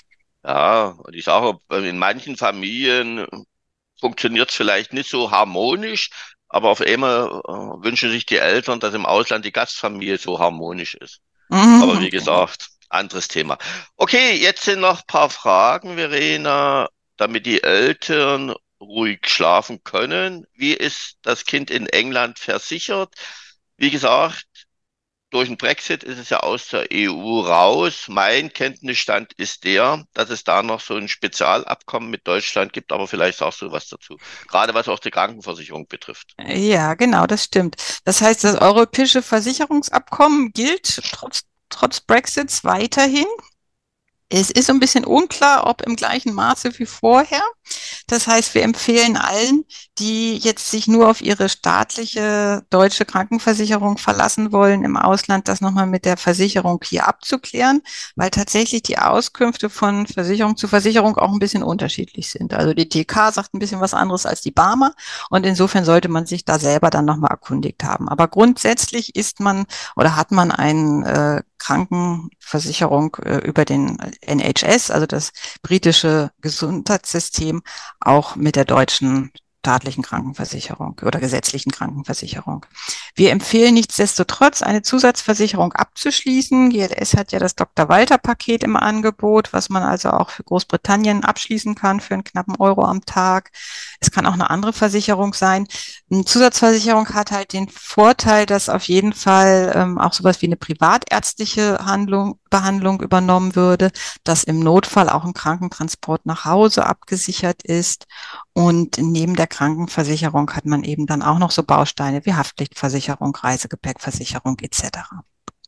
Ja, und ich sage, in manchen Familien funktioniert es vielleicht nicht so harmonisch, aber auf einmal wünschen sich die Eltern, dass im Ausland die Gastfamilie so harmonisch ist. Aber Mhm, wie genau. gesagt, anderes Thema. Okay, jetzt sind noch ein paar Fragen, Verena, damit die Eltern ruhig schlafen können. Wie ist das Kind in England versichert? Wie gesagt, durch den Brexit ist es ja aus der EU raus. Mein Kenntnisstand ist der, dass es da noch so ein Spezialabkommen mit Deutschland gibt, aber vielleicht sagst du was dazu. Gerade was auch die Krankenversicherung betrifft. Ja, genau, das stimmt. Das heißt, das europäische Versicherungsabkommen gilt trotz Brexits weiterhin. Es ist so ein bisschen unklar, ob im gleichen Maße wie vorher. Das heißt, wir empfehlen allen, die jetzt sich nur auf ihre staatliche deutsche Krankenversicherung verlassen wollen im Ausland, das nochmal mit der Versicherung hier abzuklären, weil tatsächlich die Auskünfte von Versicherung zu Versicherung auch ein bisschen unterschiedlich sind. Also die TK sagt ein bisschen was anderes als die BARMER und insofern sollte man sich da selber dann nochmal erkundigt haben. Aber grundsätzlich ist man oder hat man eine Krankenversicherung über den NHS, also das britische Gesundheitssystem, auch mit der deutschen staatlichen Krankenversicherung oder gesetzlichen Krankenversicherung. Wir empfehlen nichtsdestotrotz, eine Zusatzversicherung abzuschließen. GLS hat ja das Dr. Walter-Paket im Angebot, was man also auch für Großbritannien abschließen kann für einen knappen Euro am Tag. Es kann auch eine andere Versicherung sein. Eine Zusatzversicherung hat halt den Vorteil, dass auf jeden Fall auch sowas wie eine privatärztliche Behandlung übernommen würde, dass im Notfall auch ein Krankentransport nach Hause abgesichert ist. Und neben der Krankenversicherung hat man eben dann auch noch so Bausteine wie Haftpflichtversicherung, Reisegepäckversicherung etc.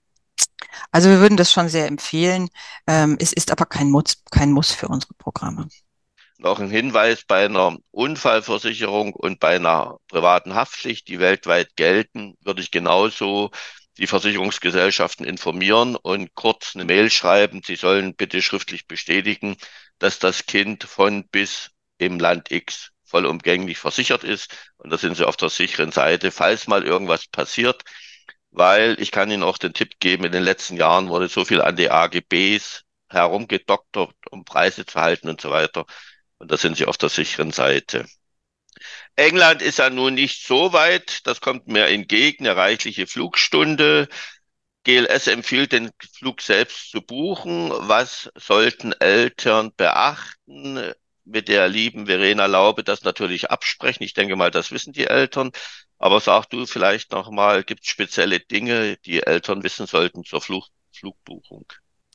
Also wir würden das schon sehr empfehlen. Es ist aber kein Muss für unsere Programme. Noch ein Hinweis: Bei einer Unfallversicherung und bei einer privaten Haftpflicht, die weltweit gelten, würde ich genauso die Versicherungsgesellschaften informieren und kurz eine Mail schreiben. Sie sollen bitte schriftlich bestätigen, dass das Kind von bis im Land X vollumgänglich versichert ist. Und da sind Sie auf der sicheren Seite, falls mal irgendwas passiert. Weil ich kann Ihnen auch den Tipp geben, in den letzten Jahren wurde so viel an die AGBs herumgedoktert, um Preise zu halten und so weiter. Und da sind Sie auf der sicheren Seite. England ist ja nun nicht so weit, das kommt mir entgegen, eine reichliche Flugstunde. GLS empfiehlt, den Flug selbst zu buchen. Was sollten Eltern beachten? Mit der lieben Verena Laube das natürlich absprechen. Ich denke mal, das wissen die Eltern. Aber sag du vielleicht nochmal, gibt es spezielle Dinge, die Eltern wissen sollten zur Flugbuchung?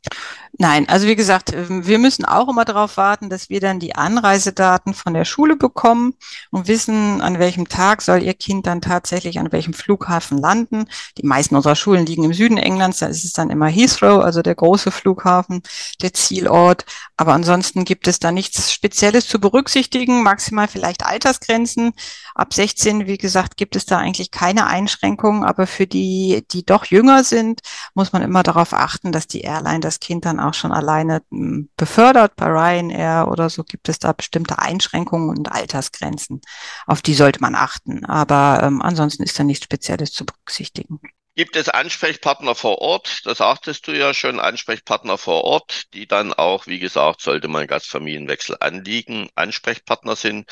Nein, also wie gesagt, wir müssen auch immer darauf warten, dass wir dann die Anreisedaten von der Schule bekommen und wissen, an welchem Tag soll Ihr Kind dann tatsächlich an welchem Flughafen landen. Die meisten unserer Schulen liegen im Süden Englands, da ist es dann immer Heathrow, also der große Flughafen, der Zielort. Aber ansonsten gibt es da nichts Spezielles zu berücksichtigen, maximal vielleicht Altersgrenzen. Ab 16, wie gesagt, gibt es da eigentlich keine Einschränkungen, aber für die, die doch jünger sind, muss man immer darauf achten, dass die Airline das Kind dann auch schon alleine befördert. Bei Ryanair oder so gibt es da bestimmte Einschränkungen und Altersgrenzen. Auf die sollte man achten. Aber ansonsten ist da nichts Spezielles zu berücksichtigen. Gibt es Ansprechpartner vor Ort? Das sagtest du ja schon, Ansprechpartner vor Ort, die dann auch, wie gesagt, sollte mal ein Gastfamilienwechsel anliegen, Ansprechpartner sind.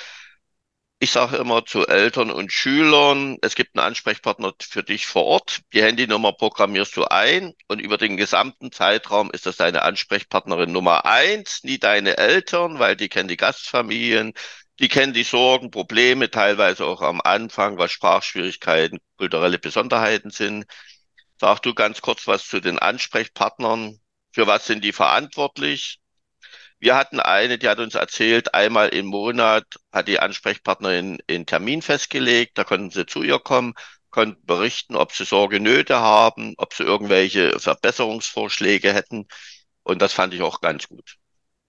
Ich sage immer zu Eltern und Schülern, es gibt einen Ansprechpartner für dich vor Ort. Die Handynummer programmierst du ein und über den gesamten Zeitraum ist das deine Ansprechpartnerin Nummer eins, nie deine Eltern, weil die kennen die Gastfamilien, die kennen die Sorgen, Probleme, teilweise auch am Anfang, was Sprachschwierigkeiten, kulturelle Besonderheiten sind. Sag du ganz kurz was zu den Ansprechpartnern. Für was sind die verantwortlich? Wir hatten eine, die hat uns erzählt, einmal im Monat hat die Ansprechpartnerin einen Termin festgelegt, da konnten sie zu ihr kommen, konnten berichten, ob sie Sorge, Nöte haben, ob sie irgendwelche Verbesserungsvorschläge hätten. Und das fand ich auch ganz gut.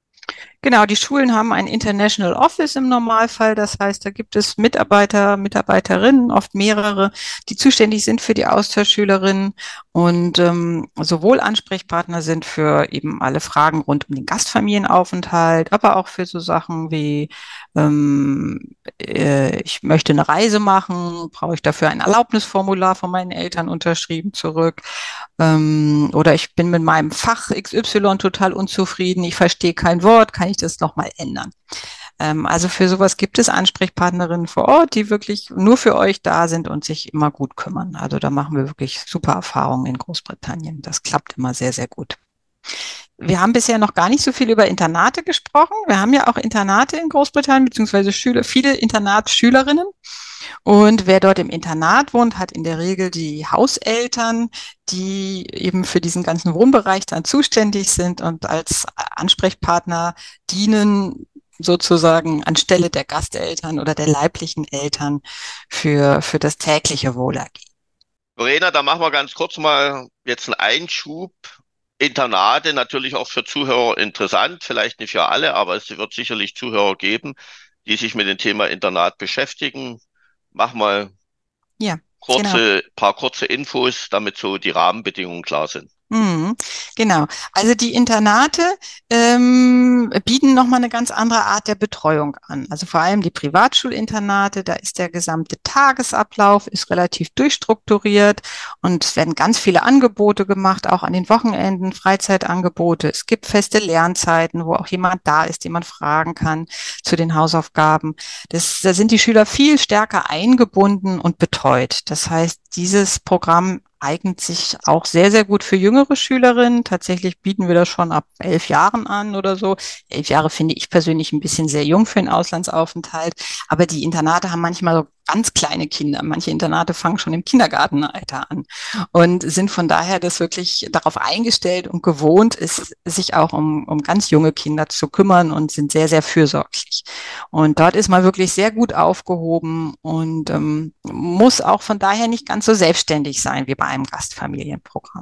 Genau, die Schulen haben ein International Office im Normalfall. Das heißt, da gibt es Mitarbeiter, Mitarbeiterinnen, oft mehrere, die zuständig sind für die Austauschschülerinnen und sowohl Ansprechpartner sind für eben alle Fragen rund um den Gastfamilienaufenthalt, aber auch für so Sachen wie ich möchte eine Reise machen, brauche ich dafür ein Erlaubnisformular von meinen Eltern unterschrieben zurück. Oder ich bin mit meinem Fach XY total unzufrieden, ich verstehe kein Wort, kann ich das nochmal ändern? Also für sowas gibt es Ansprechpartnerinnen vor Ort, die wirklich nur für euch da sind und sich immer gut kümmern. Also da machen wir wirklich super Erfahrungen in Großbritannien. Das klappt immer sehr, sehr gut. Wir haben bisher noch gar nicht so viel über Internate gesprochen. Wir haben ja auch Internate in Großbritannien, beziehungsweise viele Internatsschülerinnen. Und wer dort im Internat wohnt, hat in der Regel die Hauseltern, die eben für diesen ganzen Wohnbereich dann zuständig sind und als Ansprechpartner dienen, sozusagen anstelle der Gasteltern oder der leiblichen Eltern für das tägliche Wohlergehen. Verena, da machen wir ganz kurz mal jetzt einen Einschub. Internate natürlich auch für Zuhörer interessant, vielleicht nicht für alle, aber es wird sicherlich Zuhörer geben, die sich mit dem Thema Internat beschäftigen. Mach mal Ja, genau. paar kurze Infos, damit so die Rahmenbedingungen klar sind. Mhm, genau. Also die Internate bieten nochmal eine ganz andere Art der Betreuung an. Also vor allem die Privatschulinternate, da ist der gesamte Tagesablauf ist relativ durchstrukturiert und es werden ganz viele Angebote gemacht, auch an den Wochenenden, Freizeitangebote. Es gibt feste Lernzeiten, wo auch jemand da ist, den man fragen kann zu den Hausaufgaben. Da sind die Schüler viel stärker eingebunden und betreut. Das heißt, dieses Programm eignet sich auch sehr, sehr gut für jüngere Schülerinnen. Tatsächlich bieten wir das schon ab 11 Jahren an oder so. 11 Jahre finde ich persönlich ein bisschen sehr jung für einen Auslandsaufenthalt. Aber die Internate haben manchmal so ganz kleine Kinder. Manche Internate fangen schon im Kindergartenalter an und sind von daher das wirklich darauf eingestellt und gewohnt ist, sich auch um ganz junge Kinder zu kümmern und sind sehr, sehr fürsorglich. Und dort ist man wirklich sehr gut aufgehoben und muss auch von daher nicht ganz so selbstständig sein wie bei einem Gastfamilienprogramm.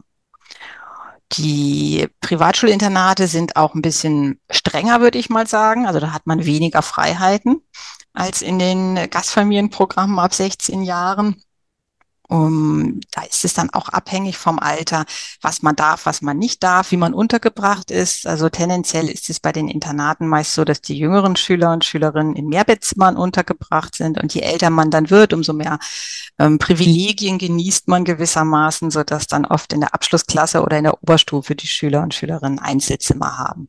Die Privatschulinternate sind auch ein bisschen strenger, würde ich mal sagen. Also da hat man weniger Freiheiten als in den Gastfamilienprogrammen ab 16 Jahren. Da ist es dann auch abhängig vom Alter, was man darf, was man nicht darf, wie man untergebracht ist. Also tendenziell ist es bei den Internaten meist so, dass die jüngeren Schüler und Schülerinnen in Mehrbettzimmern untergebracht sind und je älter man dann wird, umso mehr Privilegien genießt man gewissermaßen, sodass dann oft in der Abschlussklasse oder in der Oberstufe die Schüler und Schülerinnen Einzelzimmer haben.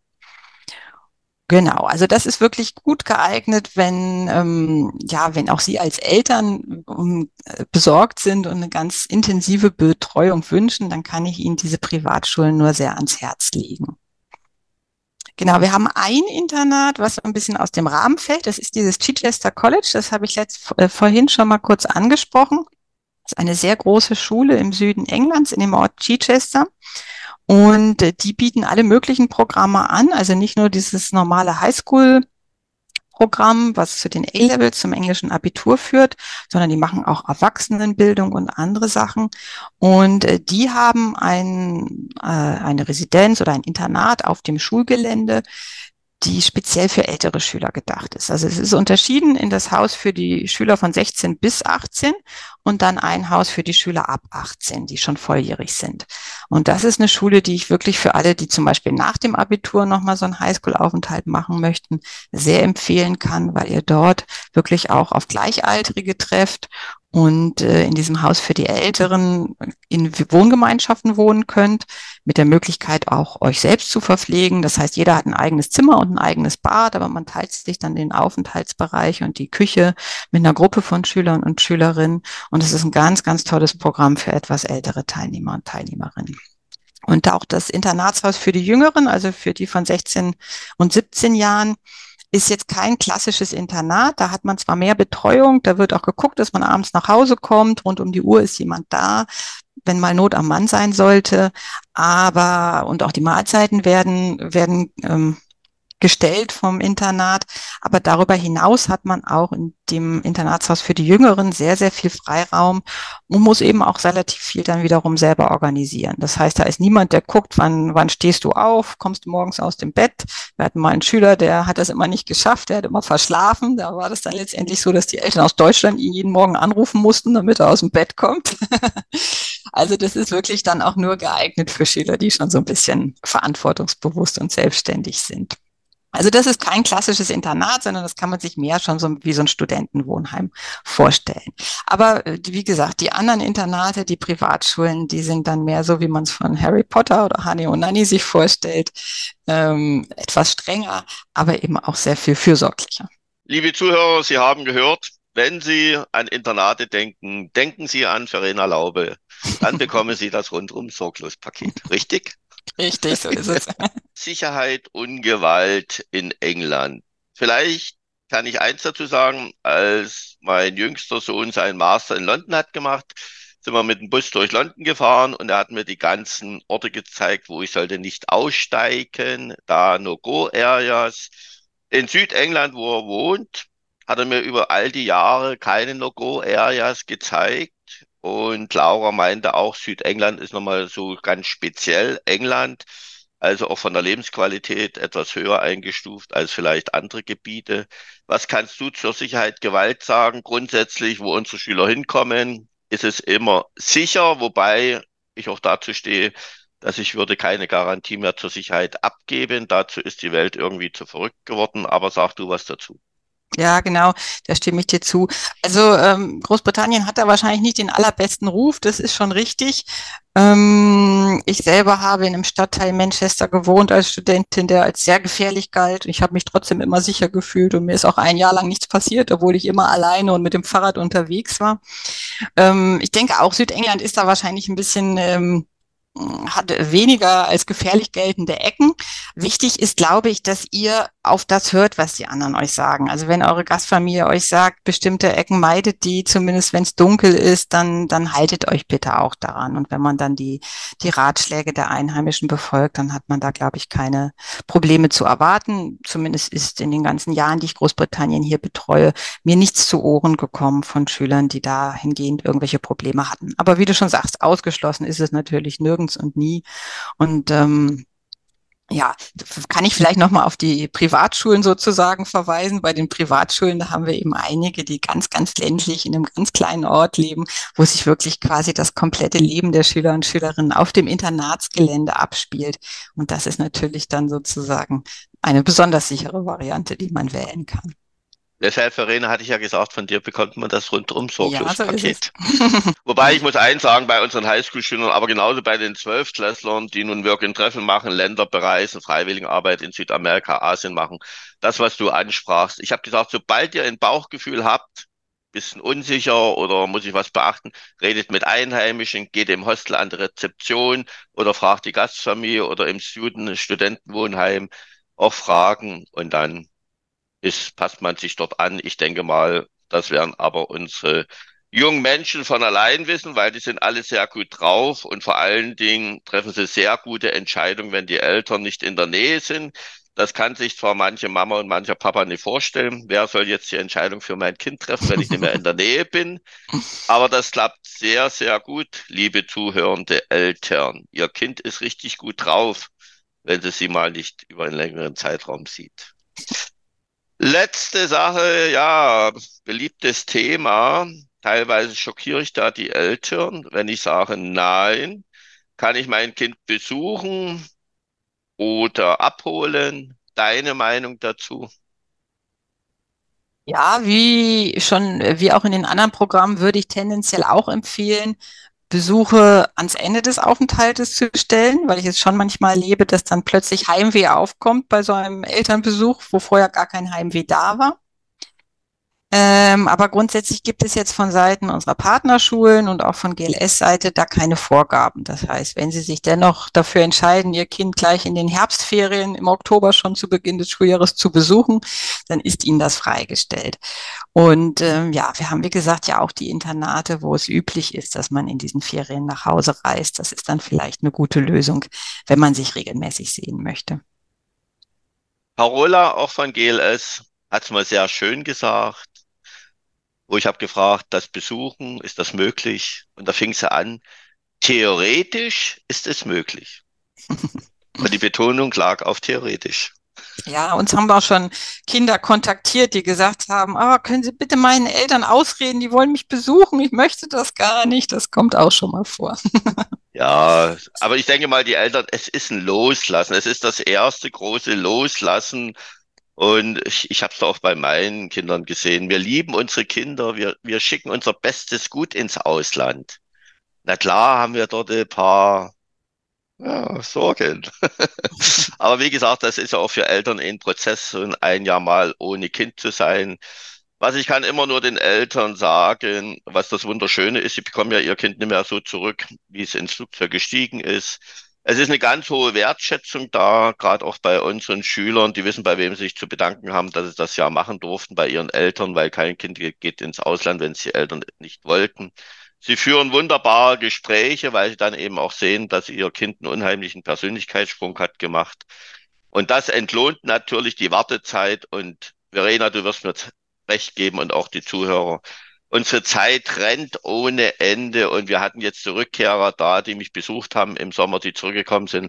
Genau, also das ist wirklich gut geeignet, wenn ja, wenn auch Sie als Eltern besorgt sind und eine ganz intensive Betreuung wünschen, dann kann ich Ihnen diese Privatschulen nur sehr ans Herz legen. Genau, wir haben ein Internat, was ein bisschen aus dem Rahmen fällt. Das ist dieses Chichester College. Das habe ich vorhin schon mal kurz angesprochen. Das ist eine sehr große Schule im Süden Englands, in dem Ort Chichester. Und die bieten alle möglichen Programme an, also nicht nur dieses normale Highschool-Programm, was zu den A-Levels, zum englischen Abitur führt, sondern die machen auch Erwachsenenbildung und andere Sachen. Und die haben eine Residenz oder ein Internat auf dem Schulgelände, die speziell für ältere Schüler gedacht ist. Also es ist unterschieden in das Haus für die Schüler von 16 bis 18 und dann ein Haus für die Schüler ab 18, die schon volljährig sind. Und das ist eine Schule, die ich wirklich für alle, die zum Beispiel nach dem Abitur nochmal so einen Highschool-Aufenthalt machen möchten, sehr empfehlen kann, weil ihr dort wirklich auch auf Gleichaltrige trefft und in diesem Haus für die Älteren in Wohngemeinschaften wohnen könnt, mit der Möglichkeit auch euch selbst zu verpflegen. Das heißt, jeder hat ein eigenes Zimmer und ein eigenes Bad, aber man teilt sich dann den Aufenthaltsbereich und die Küche mit einer Gruppe von Schülern und Schülerinnen. Und es ist ein ganz, ganz tolles Programm für etwas ältere Teilnehmer und Teilnehmerinnen. Und auch das Internatshaus für die Jüngeren, also für die von 16 und 17 Jahren, ist jetzt kein klassisches Internat. Da hat man zwar mehr Betreuung, da wird auch geguckt, dass man abends nach Hause kommt, rund um die Uhr ist jemand da, wenn mal Not am Mann sein sollte. Und auch die Mahlzeiten werden gestellt vom Internat. Aber darüber hinaus hat man auch in dem Internatshaus für die Jüngeren sehr, sehr viel Freiraum und muss eben auch relativ viel dann wiederum selber organisieren. Das heißt, da ist niemand, der guckt, wann stehst du auf, kommst du morgens aus dem Bett. Wir hatten mal einen Schüler, der hat das immer nicht geschafft, der hat immer verschlafen. Da war das dann letztendlich so, dass die Eltern aus Deutschland ihn jeden Morgen anrufen mussten, damit er aus dem Bett kommt. Also das ist wirklich dann auch nur geeignet für Schüler, die schon so ein bisschen verantwortungsbewusst und selbstständig sind. Also das ist kein klassisches Internat, sondern das kann man sich mehr schon so wie so ein Studentenwohnheim vorstellen. Aber wie gesagt, die anderen Internate, die Privatschulen, die sind dann mehr so, wie man es von Harry Potter oder Hani und Nanny sich vorstellt, etwas strenger, aber eben auch sehr viel fürsorglicher. Liebe Zuhörer, Sie haben gehört, wenn Sie an Internate denken, denken Sie an Verena Laube. Dann bekommen Sie das rundum sorglos Paket. Richtig? Richtig, so ist es. Sicherheit und Gewalt in England. Vielleicht kann ich eins dazu sagen, als mein jüngster Sohn seinen Master in London hat gemacht, sind wir mit dem Bus durch London gefahren und er hat mir die ganzen Orte gezeigt, wo ich sollte nicht aussteigen, da No-Go-Areas. In Südengland, wo er wohnt, hat er mir über all die Jahre keine No-Go-Areas gezeigt. Und Laura meinte auch, Südengland ist nochmal so ganz speziell England. also auch von der Lebensqualität etwas höher eingestuft als vielleicht andere Gebiete. Was kannst du zur Sicherheit Gewalt sagen? Grundsätzlich, wo unsere Schüler hinkommen, ist es immer sicher, wobei ich auch dazu stehe, dass ich würde keine Garantie mehr zur Sicherheit abgeben. Dazu ist die Welt irgendwie zu verrückt geworden. Aber sag du was dazu. Ja, genau, da stimme ich dir zu. Also Großbritannien hat da wahrscheinlich nicht den allerbesten Ruf, das ist schon richtig. Ich selber habe in einem Stadtteil Manchester gewohnt als Studentin, der als sehr gefährlich galt. Ich habe mich trotzdem immer sicher gefühlt und mir ist auch ein Jahr lang nichts passiert, obwohl ich immer alleine und mit dem Fahrrad unterwegs war. Ich denke auch Südengland ist da wahrscheinlich ein bisschen hat weniger als gefährlich geltende Ecken. Wichtig ist, glaube ich, dass ihr auf das hört, was die anderen euch sagen. Also wenn eure Gastfamilie euch sagt, bestimmte Ecken meidet die, zumindest wenn es dunkel ist, dann haltet euch bitte auch daran. Und wenn man dann die Ratschläge der Einheimischen befolgt, dann hat man da, glaube ich, keine Probleme zu erwarten. Zumindest ist in den ganzen Jahren, die ich Großbritannien hier betreue, mir nichts zu Ohren gekommen von Schülern, die dahingehend irgendwelche Probleme hatten. Aber wie du schon sagst, ausgeschlossen ist es natürlich nirgends und nie. Und ja, kann ich vielleicht nochmal auf die Privatschulen sozusagen verweisen. Bei den Privatschulen, da haben wir eben einige, die ganz, ganz ländlich in einem ganz kleinen Ort leben, wo sich wirklich quasi das komplette Leben der Schüler und Schülerinnen auf dem Internatsgelände abspielt. Und das ist natürlich dann sozusagen eine besonders sichere Variante, die man wählen kann. Deshalb, Verena, hatte ich ja gesagt, von dir bekommt man das rundum Ja, so ist es. Sorglospaket. Wobei ich muss eins sagen, bei unseren Highschool-Schülern, aber genauso bei den Zwölftklässlern, die nun Work and Travel machen, Länder bereisen, Freiwilligenarbeit in Südamerika, Asien machen, das, was du ansprachst. Ich habe gesagt, sobald ihr ein Bauchgefühl habt, bisschen unsicher oder muss ich was beachten, redet mit Einheimischen, geht im Hostel an die Rezeption oder fragt die Gastfamilie oder im Studentenwohnheim auch Fragen und dann passt man sich dort an. Ich denke mal, das werden aber unsere jungen Menschen von allein wissen, weil die sind alle sehr gut drauf und vor allen Dingen treffen sie sehr gute Entscheidungen, wenn die Eltern nicht in der Nähe sind. Das kann sich zwar manche Mama und mancher Papa nicht vorstellen. Wer soll jetzt die Entscheidung für mein Kind treffen, wenn ich nicht mehr in der Nähe bin? Aber das klappt sehr, sehr gut, liebe zuhörende Eltern. Ihr Kind ist richtig gut drauf, wenn sie mal nicht über einen längeren Zeitraum sieht. Letzte Sache, ja, beliebtes Thema. Teilweise schockiere ich da die Eltern, wenn ich sage, nein, kann ich mein Kind besuchen oder abholen? Deine Meinung dazu? Ja, wie auch in den anderen Programmen würde ich tendenziell auch empfehlen, Besuche ans Ende des Aufenthaltes zu stellen, weil ich es schon manchmal erlebe, dass dann plötzlich Heimweh aufkommt bei so einem Elternbesuch, wo vorher gar kein Heimweh da war. Aber grundsätzlich gibt es jetzt von Seiten unserer Partnerschulen und auch von GLS-Seite da keine Vorgaben. Das heißt, wenn Sie sich dennoch dafür entscheiden, Ihr Kind gleich in den Herbstferien im Oktober schon zu Beginn des Schuljahres zu besuchen, dann ist Ihnen das freigestellt. Und ja, wir haben, wie gesagt, ja auch die Internate, wo es üblich ist, dass man in diesen Ferien nach Hause reist. Das ist dann vielleicht eine gute Lösung, wenn man sich regelmäßig sehen möchte. Carola, auch von GLS, hat es mal sehr schön gesagt, wo ich habe gefragt, das Besuchen, ist das möglich? Und da fing sie an, theoretisch ist es möglich. Und die Betonung lag auf theoretisch. Ja, uns haben auch schon Kinder kontaktiert, die gesagt haben, ah, können Sie bitte meinen Eltern ausreden, die wollen mich besuchen, ich möchte das gar nicht. Das kommt auch schon mal vor. Ja, aber ich denke mal, die Eltern, es ist ein Loslassen. Es ist das erste große Loslassen. Und ich habe es auch bei meinen Kindern gesehen. Wir lieben unsere Kinder. Wir schicken unser bestes Gut ins Ausland. Na klar haben wir dort ein paar Sorgen. Aber wie gesagt, das ist ja auch für Eltern ein Prozess, so ein Jahr mal ohne Kind zu sein. Was ich kann immer nur den Eltern sagen, was das Wunderschöne ist, sie bekommen ja ihr Kind nicht mehr so zurück, wie es ins Flugzeug gestiegen ist. Es ist eine ganz hohe Wertschätzung da, gerade auch bei unseren Schülern, die wissen, bei wem sie sich zu bedanken haben, dass sie das ja machen durften, bei ihren Eltern, weil kein Kind geht ins Ausland, wenn es die Eltern nicht wollten. Sie führen wunderbare Gespräche, weil sie dann eben auch sehen, dass ihr Kind einen unheimlichen Persönlichkeitssprung hat gemacht. Und das entlohnt natürlich die Wartezeit. Und Verena, du wirst mir recht geben und auch die Zuhörer. Unsere Zeit rennt ohne Ende und wir hatten jetzt die Rückkehrer da, die mich besucht haben im Sommer, die zurückgekommen sind.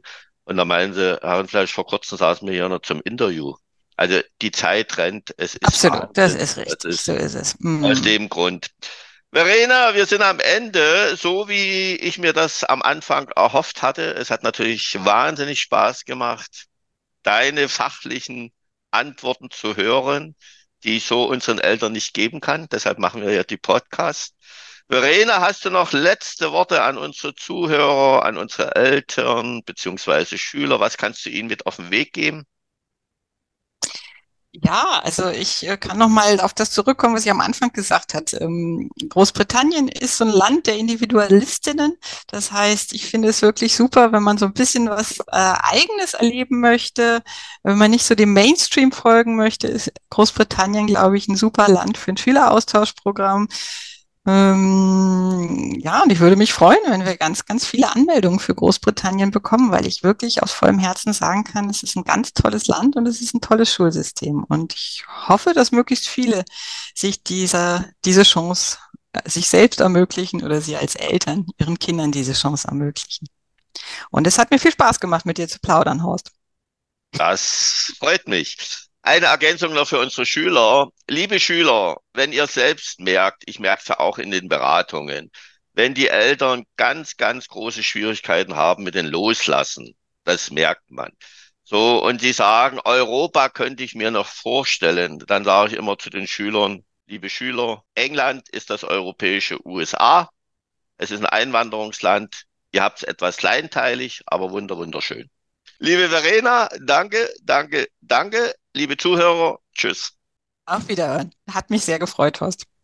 Und da meinen sie, Herr Rindfleisch, vor kurzem saßen wir hier noch zum Interview. Also die Zeit rennt, es ist Absolut, das Wahnsinn. ist Das richtig, so ist ist es. aus dem Grund. Verena, wir sind am Ende, so wie ich mir das am Anfang erhofft hatte. Es hat natürlich wahnsinnig Spaß gemacht, deine fachlichen Antworten zu hören, die ich so unseren Eltern nicht geben kann. Deshalb machen wir ja die Podcasts. Verena, hast du noch letzte Worte an unsere Zuhörer, an unsere Eltern beziehungsweise Schüler? Was kannst du ihnen mit auf den Weg geben? Ja, also ich kann noch mal auf das zurückkommen, was ich am Anfang gesagt hatte. Großbritannien ist so ein Land der Individualistinnen. Das heißt, ich finde es wirklich super, wenn man so ein bisschen was Eigenes erleben möchte, wenn man nicht so dem Mainstream folgen möchte, ist Großbritannien, glaube ich, ein super Land für ein Schüleraustauschprogramm. Ja, und ich würde mich freuen, wenn wir ganz, ganz viele Anmeldungen für Großbritannien bekommen, weil ich wirklich aus vollem Herzen sagen kann, es ist ein ganz tolles Land und es ist ein tolles Schulsystem. Und ich hoffe, dass möglichst viele sich diese Chance sich selbst ermöglichen oder sie als Eltern ihren Kindern diese Chance ermöglichen. Und es hat mir viel Spaß gemacht, mit dir zu plaudern, Horst. Das freut mich. Eine Ergänzung noch für unsere Schüler. Liebe Schüler, wenn ihr selbst merkt, ich merke es ja auch in den Beratungen, wenn die Eltern ganz, ganz große Schwierigkeiten haben mit dem Loslassen, das merkt man. So, und sie sagen, Europa könnte ich mir noch vorstellen, dann sage ich immer zu den Schülern, liebe Schüler, England ist das europäische USA. Es ist ein Einwanderungsland. Ihr habt es etwas kleinteilig, aber wunderschön. Liebe Verena, danke, danke, danke. Liebe Zuhörer, tschüss. Auf Wiederhören. Hat mich sehr gefreut, Horst.